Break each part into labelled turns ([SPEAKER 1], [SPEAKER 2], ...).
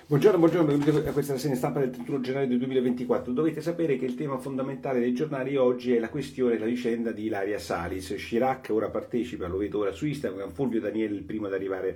[SPEAKER 1] Buongiorno, benvenuti a questa rassegna stampa del 31 gennaio del 2024. Dovete sapere che il tema fondamentale dei giornali oggi è la questione, la vicenda di Ilaria Salis. Chirac ora partecipa, lo vedo ora su Instagram, Fulvio Daniele il primo ad arrivare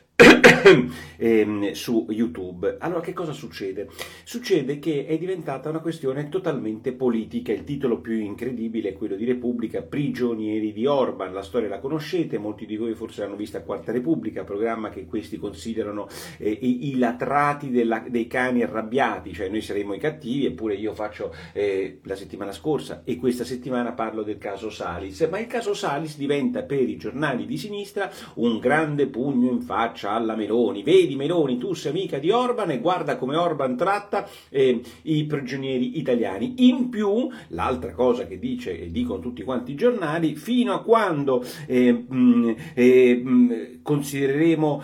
[SPEAKER 1] su YouTube. Allora, che cosa succede? Succede che è diventata una questione totalmente politica. Il titolo più incredibile è quello di Repubblica: prigionieri di Orban. La storia la conoscete, molti di voi forse l'hanno vista a Quarta Repubblica, programma che questi considerano i latrati dei cani arrabbiati, cioè noi saremmo i cattivi, eppure io faccio la settimana scorsa e questa settimana parlo del caso Salis, ma il caso Salis diventa per i giornali di sinistra un grande pugno in faccia alla Meloni. Vedi Meloni, tu sei amica di Orban e guarda come Orban tratta i prigionieri italiani. In più, l'altra cosa che dice e dicono tutti quanti i giornali: fino a quando considereremo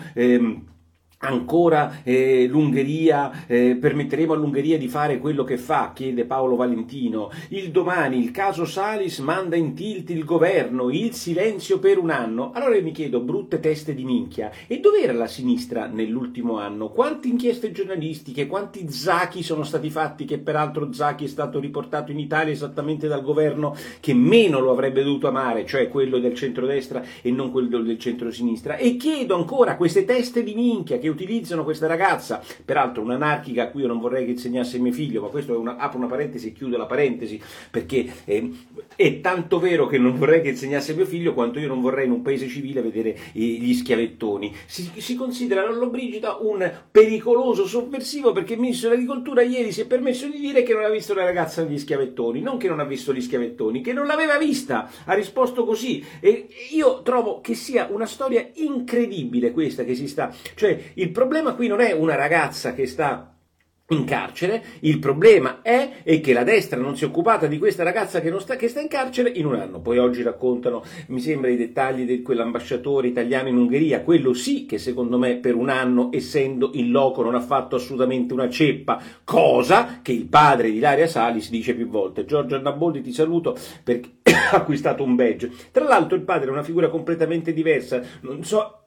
[SPEAKER 1] ancora l'Ungheria, permetteremo all'Ungheria di fare quello che fa, chiede Paolo Valentino. Il Domani: il caso Salis manda in tilt il governo, il silenzio per un anno. Allora io mi chiedo, brutte teste di minchia, e dov'era la sinistra nell'ultimo anno? Quante inchieste giornalistiche, quanti Zaki sono stati fatti, che peraltro Zaki è stato riportato in Italia esattamente dal governo che meno lo avrebbe dovuto amare, cioè quello del centrodestra e non quello del centrosinistra. E chiedo ancora, queste teste di minchia che utilizzano questa ragazza, peraltro un'anarchica a cui io non vorrei che insegnasse mio figlio, ma questo è apro una parentesi e chiudo la parentesi, perché è tanto vero che non vorrei che insegnasse mio figlio quanto io non vorrei in un paese civile vedere gli schiavettoni. Si considera Lollobrigida un pericoloso sovversivo perché il ministro dell'agricoltura ieri si è permesso di dire che non ha visto la ragazza negli schiavettoni, non che non ha visto gli schiavettoni, che non l'aveva vista, ha risposto così. E io trovo che sia una storia incredibile questa che si sta, cioè il problema qui non è una ragazza che sta in carcere, il problema è che la destra non si è occupata di questa ragazza che sta in carcere in un anno. Poi oggi raccontano, mi sembra, i dettagli di quell'ambasciatore italiano in Ungheria, quello sì che secondo me per un anno, essendo in loco, non ha fatto assolutamente una ceppa, cosa che il padre di Ilaria Salis dice più volte. Giorgio Annaboldi, ti saluto perché ha acquistato un badge. Tra l'altro il padre è una figura completamente diversa, non so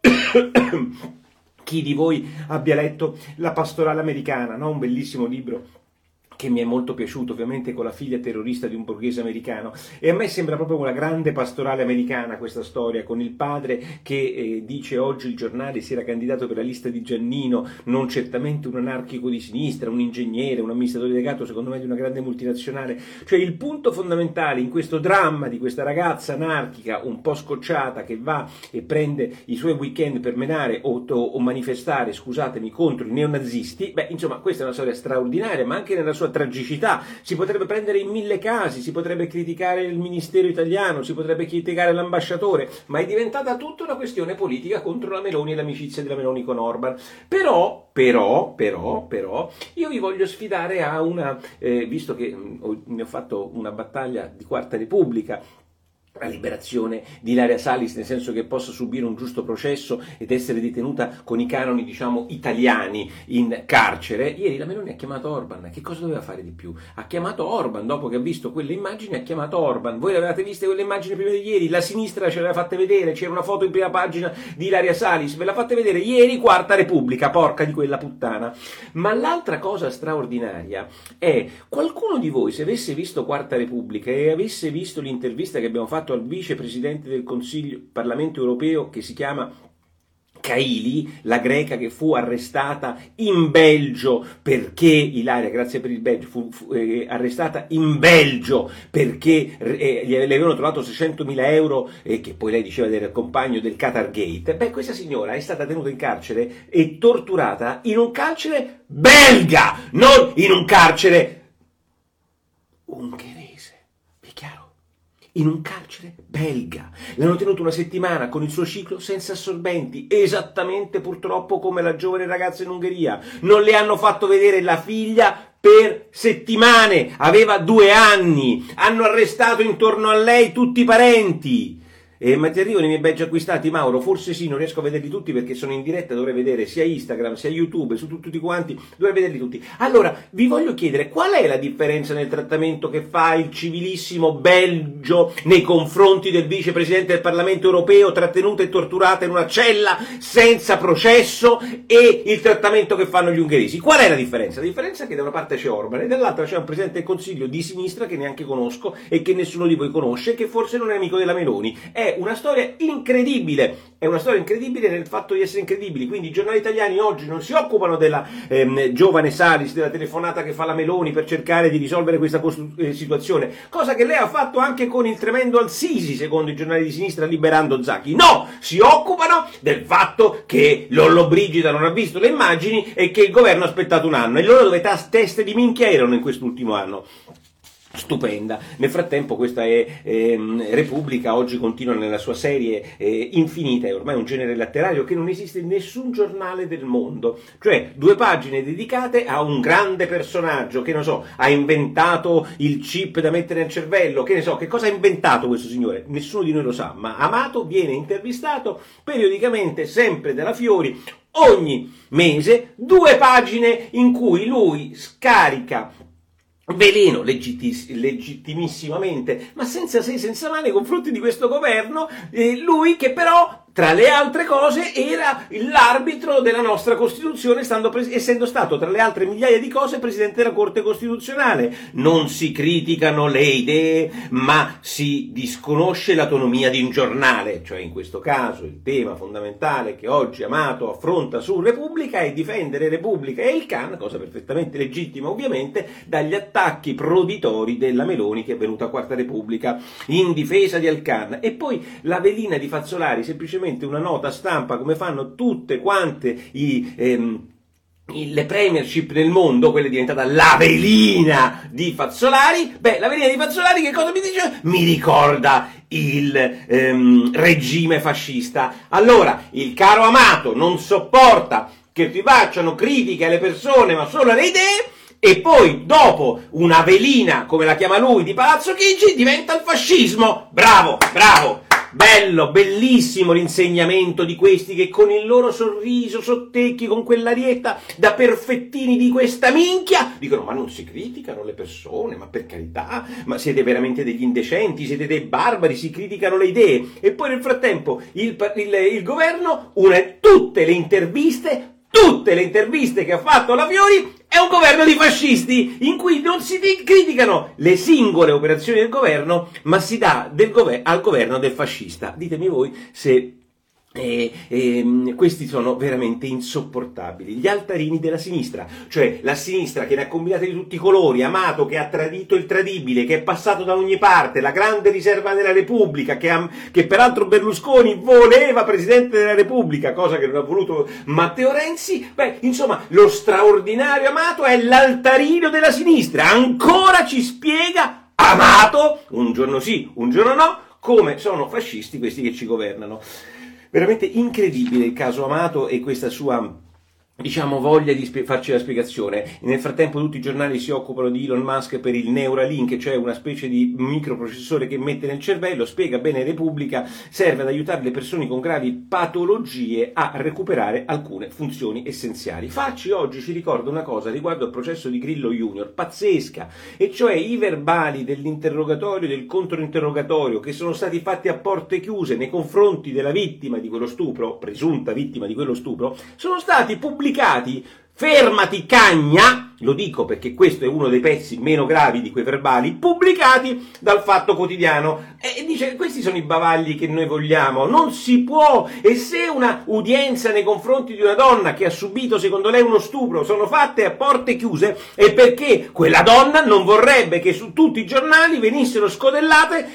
[SPEAKER 1] chi di voi abbia letto La pastorale americana, no? Un bellissimo libro che mi è molto piaciuto, ovviamente con la figlia terrorista di un borghese americano, e a me sembra proprio una grande pastorale americana questa storia, con il padre che dice oggi il giornale si era candidato per la lista di Giannino, non certamente un anarchico di sinistra, un ingegnere, un amministratore delegato secondo me di una grande multinazionale. Cioè il punto fondamentale in questo dramma di questa ragazza anarchica un po' scocciata che va e prende i suoi weekend per menare o manifestare, scusatemi, contro i neonazisti, beh insomma questa è una storia straordinaria, ma anche nella sua tragicità. Si potrebbe prendere in 1000 casi, si potrebbe criticare il ministero italiano, si potrebbe criticare l'ambasciatore, ma è diventata tutta una questione politica contro la Meloni e l'amicizia della Meloni con Orban. Però, io vi voglio sfidare a una, visto che mi ho fatto una battaglia di Quarta Repubblica, la liberazione di Ilaria Salis, nel senso che possa subire un giusto processo ed essere detenuta con i canoni, diciamo, italiani in carcere. Ieri la Meloni ha chiamato Orban. Che cosa doveva fare di più? Ha chiamato Orban, dopo che ha visto quelle immagini ha chiamato Orban. Voi le avevate viste quelle immagini prima di ieri? La sinistra ce le aveva fatte vedere, c'era una foto in prima pagina di Ilaria Salis, ve la fate vedere ieri, Quarta Repubblica, porca di quella puttana. Ma l'altra cosa straordinaria è, qualcuno di voi, se avesse visto Quarta Repubblica e avesse visto l'intervista che abbiamo fatto al vicepresidente del Consiglio Parlamento Europeo, che si chiama Kaili, la greca che fu arrestata in Belgio perché Ilaria, grazie per il badge, fu arrestata in Belgio perché le avevano trovato 600.000 euro che poi lei diceva del compagno del Qatar Gate. Beh, questa signora è stata tenuta in carcere e torturata in un carcere belga, non in un carcere ungherese. In un carcere belga. L'hanno tenuto una settimana con il suo ciclo senza assorbenti, esattamente purtroppo come la giovane ragazza in Ungheria. Non le hanno fatto vedere la figlia per settimane, aveva 2 anni, hanno arrestato intorno a lei tutti i parenti. ma ti arrivano i miei badge acquistati, Mauro? Forse sì, non riesco a vederli tutti perché sono in diretta, dovrei vedere sia Instagram, sia YouTube, su tutti quanti, dovrei vederli tutti. Allora, vi voglio chiedere, qual è la differenza nel trattamento che fa il civilissimo Belgio nei confronti del vicepresidente del Parlamento europeo, trattenuta e torturata in una cella senza processo, e il trattamento che fanno gli ungheresi? Qual è la differenza? La differenza è che da una parte c'è Orban e dall'altra c'è un Presidente del Consiglio di sinistra che neanche conosco e che nessuno di voi conosce e che forse non è amico della Meloni. È una storia incredibile, nel fatto di essere incredibili. Quindi i giornali italiani oggi non si occupano della giovane Salis, della telefonata che fa la Meloni per cercare di risolvere questa situazione, cosa che lei ha fatto anche con il tremendo Al-Sisi, secondo i giornali di sinistra, liberando Zaki. No, si occupano del fatto che Lollobrigida non ha visto le immagini e che il governo ha aspettato un anno, e loro dove teste di minchia erano in quest'ultimo anno. Stupenda. Nel frattempo questa è Repubblica, oggi continua nella sua serie infinita, è ormai un genere letterario che non esiste in nessun giornale del mondo, cioè 2 pagine dedicate a un grande personaggio che, non so, ha inventato il chip da mettere nel cervello, che ne so, che cosa ha inventato questo signore? Nessuno di noi lo sa, ma Amato viene intervistato periodicamente, sempre dalla Fiori, ogni mese, 2 pagine in cui lui scarica veleno legittimissimamente, ma senza se senza male, nei confronti di questo governo, lui che però, tra le altre cose, era l'arbitro della nostra Costituzione, essendo stato, tra le altre migliaia di cose, Presidente della Corte Costituzionale. Non si criticano le idee, ma si disconosce l'autonomia di un giornale, cioè in questo caso il tema fondamentale che oggi Amato affronta su Repubblica è difendere Repubblica e il CAN, cosa perfettamente legittima ovviamente, dagli attacchi proditori della Meloni, che è venuta a Quarta Repubblica in difesa di Al-Khan. E poi la velina di Fazzolari, semplicemente una nota stampa, come fanno tutte quante le premiership nel mondo, quella è diventata la velina di Fazzolari. Beh, la velina di Fazzolari che cosa mi dice? Mi ricorda il regime fascista. Allora, il caro Amato non sopporta che ti facciano critiche alle persone, ma solo alle idee, e poi dopo una velina, come la chiama lui, di Palazzo Chigi, diventa il fascismo. Bravo, bravo! Bello, bellissimo l'insegnamento di questi che con il loro sorriso sottecchi, con quell'arietta da perfettini di questa minchia, dicono: ma non si criticano le persone, ma per carità, ma siete veramente degli indecenti, siete dei barbari, si criticano le idee. E poi nel frattempo il governo une tutte le interviste che ha fatto la Fiori. È un governo di fascisti, in cui non si criticano le singole operazioni del governo, ma si dà al governo del fascista. Ditemi voi se questi sono veramente insopportabili. Gli altarini della sinistra, cioè la sinistra che ne ha combinate di tutti i colori, Amato che ha tradito il tradibile, che è passato da ogni parte, la grande riserva della Repubblica, che peraltro Berlusconi voleva Presidente della Repubblica, cosa che non ha voluto Matteo Renzi. Beh, insomma, lo straordinario Amato è l'altarino della sinistra. Ancora ci spiega Amato, un giorno sì, un giorno no, come sono fascisti questi che ci governano. Veramente incredibile il caso Amato e questa sua, diciamo, voglia di farci la spiegazione. Nel frattempo tutti i giornali si occupano di Elon Musk per il Neuralink, cioè una specie di microprocessore che mette nel cervello. Spiega bene Repubblica, serve ad aiutare le persone con gravi patologie a recuperare alcune funzioni essenziali. Facci oggi ci ricorda una cosa riguardo al processo di Grillo Junior, pazzesca, e cioè i verbali dell'interrogatorio e del controinterrogatorio che sono stati fatti a porte chiuse nei confronti della vittima di quello stupro, presunta vittima di quello stupro, sono stati pubblicati. Fermati cagna, lo dico perché questo è uno dei pezzi meno gravi di quei verbali, pubblicati dal Fatto Quotidiano, e dice: questi sono i bavagli che noi vogliamo, non si può. E se una udienza nei confronti di una donna che ha subito secondo lei uno stupro sono fatte a porte chiuse, è perché quella donna non vorrebbe che su tutti i giornali venissero scodellate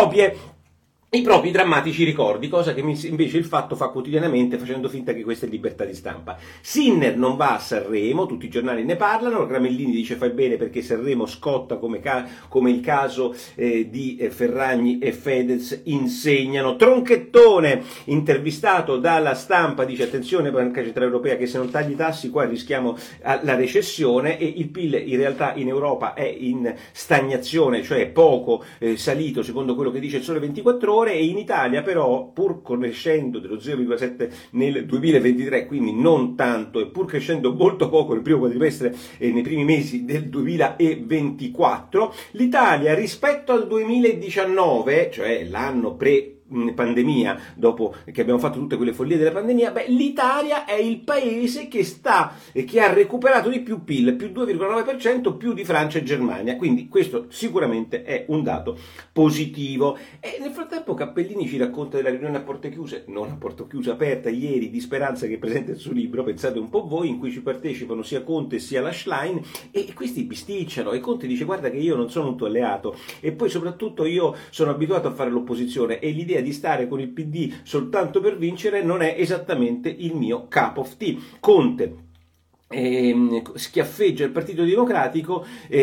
[SPEAKER 1] i propri drammatici ricordi, cosa che invece il Fatto fa quotidianamente, facendo finta che questa è libertà di stampa. Sinner non va a Sanremo, tutti i giornali ne parlano, Gramellini dice fai bene perché Sanremo scotta come il caso di Ferragni e Fedez insegnano. Tronchettone, intervistato dalla Stampa, dice attenzione Banca Centrale Europea che se non tagli i tassi qua rischiamo la recessione, e il PIL in realtà in Europa è in stagnazione, cioè poco salito secondo quello che dice il Sole 24 Ore. migliore, e in Italia però, pur crescendo dello 0,7 nel 2023, quindi non tanto, e pur crescendo molto poco nel primo quadrimestre e nei primi mesi del 2024, l'Italia rispetto al 2019, cioè l'anno pandemia, dopo che abbiamo fatto tutte quelle follie della pandemia, l'Italia è il paese che ha recuperato di più PIL, più 2,9%, più di Francia e Germania, quindi questo sicuramente è un dato positivo. E nel frattempo Cappellini ci racconta della riunione a porte chiuse, non a porte chiuse, aperta ieri, di Speranza, che presenta il suo libro, pensate un po' voi, in cui ci partecipano sia Conte sia la Schlein, e questi bisticciano, e Conte dice: guarda che io non sono un tuo alleato, e poi soprattutto io sono abituato a fare l'opposizione, e l'idea di stare con il PD soltanto per vincere non è esattamente il mio cup of tea. Conte schiaffeggia il Partito Democratico,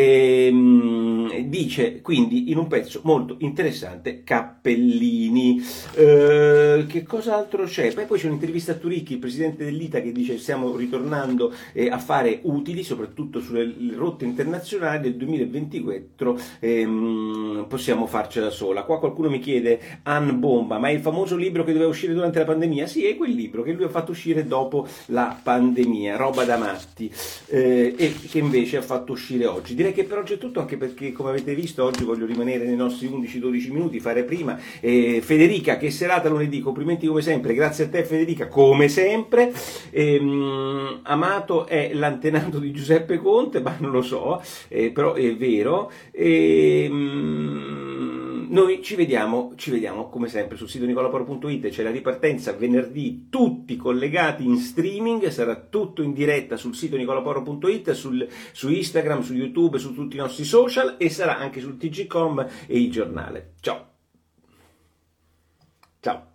[SPEAKER 1] dice quindi in un pezzo molto interessante Cappellini. Che cos'altro c'è? Poi c'è un'intervista a Turicchi, il presidente dell'ITA, che dice: stiamo ritornando a fare utili, soprattutto sulle rotte internazionali del 2024, possiamo farcela sola. Qua qualcuno mi chiede: Ann Bomba, ma è il famoso libro che doveva uscire durante la pandemia? Sì, è quel libro che lui ha fatto uscire dopo la pandemia, roba da matti, e che invece ha fatto uscire oggi. Direi che per oggi è tutto, anche perché, come avete visto, oggi voglio rimanere nei nostri 11-12 minuti, fare prima. Federica, che serata lunedì, complimenti come sempre, grazie a te Federica, come sempre. Amato è l'antenato di Giuseppe Conte, ma non lo so, però è vero. Noi ci vediamo come sempre sul sito nicolaporo.it, c'è la ripartenza venerdì, tutti collegati in streaming, sarà tutto in diretta sul sito nicolaporo.it, su Instagram, su YouTube, su tutti i nostri social, e sarà anche sul TG.com e il giornale. Ciao!